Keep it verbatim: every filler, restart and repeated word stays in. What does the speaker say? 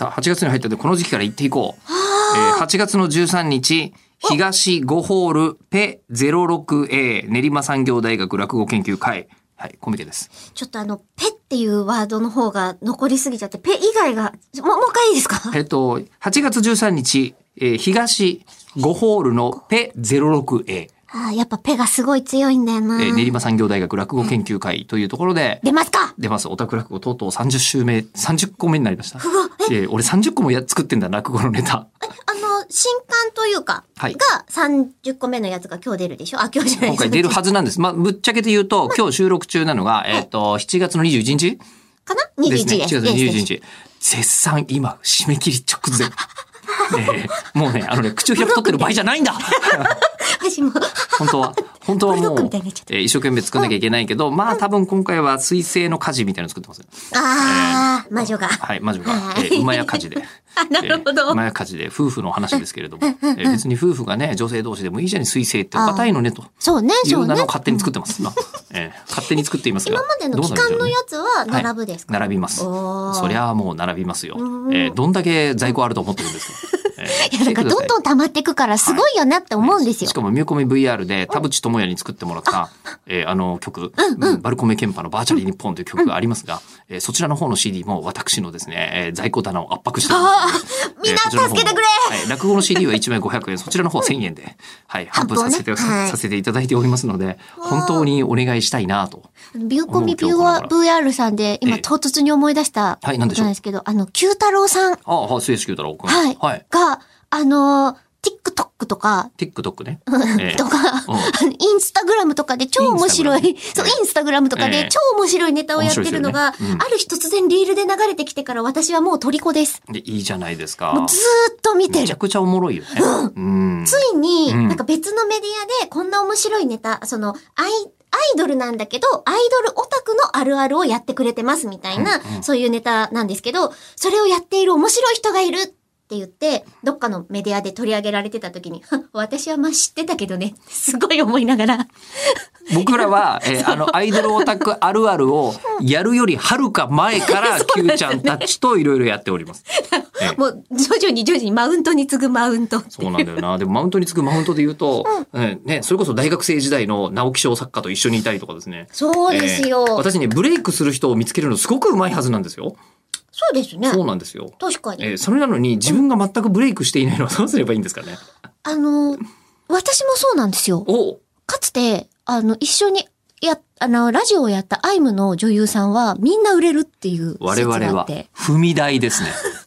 さあはちがつに入ったのでこの時期から行っていこう。えー、はちがつのじゅうさんにち東ごホールペ ゼロろくエー 練馬産業大学落語研究会。はい、コミケです。 ちょっとあの、ペっていうワードの方が残りすぎちゃって、ペ以外が、もう、もう一回いいですか？ えっと、はちがつじゅうさんにち、えー、東ごホールのペ ゼロろくエー。 ああ、やっぱペがすごい強いんだよな。 えー、練馬産業大学落語研究会というところで。 出ますか？ 出ます。オタク落語とうとうさんじゅっしゅうめ、さんじゅっこめになりました。えー、俺さんじゅっこもや作ってんだ、落語のネタ。 え、あの、新刊というか、はい、がさんじゅっこめのやつが今日出るでしょ？あ、今日じゃないです。 今回出るはずなんです。まあ、ぶっちゃけて言うと、今日収録中なのが、えっと、しちがつのにじゅういちにちかな ?にじゅういち です。 しちがつのにじゅういちにち。絶賛今、締め切り直前。えー、もうね、あのね、口を開くとってる場合じゃないんだ本当は、本当はもう、えー、一生懸命作んなきゃいけないけど、うん、まあ多分今回は水星の火事みたいなの作ってます。 ああ、えー、魔女が。 はい、魔女が。えー、馬や火事で。 あ、なるほど。 えー、馬や火事で、夫婦の話ですけれども、えー、別に夫婦がね、女性同士でもいいじゃん、水星って硬いのねと。 そうね、 そうね。いうのを勝手に作ってます。まあえー、勝手に作っていますが。 今までの期間のやつは並ぶですか？ はい、並びます。そりゃあもう並びますよ。えー、どんだけ在庫あると思ってるんですか？ いや、だからどんどん溜まっていくからすごいよなって思うんですよ。 はい、しかも、ミューコミ ブイアール で田淵智也に作ってもらった、えー、あの曲、うんうん、バルコメケンパのバーチャル日本という曲がありますが、うん、えー、そちらの方の シーディー も私のですね、えー、在庫棚を圧迫しております。 みんな助けてくれ、 はい、落語の シーディー はいちまいごひゃくえん、そちらの方せんえんで、はい、販布させて、ねはい、させていただいておりますので、本当にお願いしたいなと。 ミューコミ ブイアール さんで、今唐突に思い出したことなんですけど、あの、九太郎さん。 ああ、はい、末吉九太郎君。 はい。はい、が、あのー、TikTok とか、 TikTok ね。 えー、とか、うん、インスタグラムとかで超面白い、そう、インスタグラムとかで超面白いネタをやってるのが、ねうん、ある日突然リールで流れてきてから私はもう虜です。 で、いいじゃないですか。 もうずーっと見てる。 めちゃくちゃおもろいよね。 うん。うん、ついに、なんか別のメディアでこんな面白いネタ、その、アイ、アイドルなんだけど、アイドルオタクのあるあるをやってくれてますみたいな、うんうん、そういうネタなんですけど、それをやっている面白い人がいるって言って、どっかのメディアで取り上げられてた時に、私はまあ知ってたけどね、すごい思いながら。 僕らは、えー、あの、アイドルオタクあるあるをやるよりはるか前から、Q ちゃんたちといろいろやっております。 えー、もう、徐々に徐々にマウントに次ぐマウント。 そうなんだよな。でもマウントに次ぐマウントで言うと、うんえー、ね、それこそ大学生時代の直木賞作家と一緒にいたりとかですね。 そうですよ。 えー、私ね、ブレイクする人を見つけるのすごくうまいはずなんですよ。 そうですね。 そうなんですよ。 確かに。 えー、それなのに自分が全くブレイクしていないのはどうすればいいんですかね。 あの、私もそうなんですよ。 おかつて、あの、一緒にや、あの、ラジオをやったアイムの女優さんはみんな売れるっていう説があって。 我々は踏み台ですね。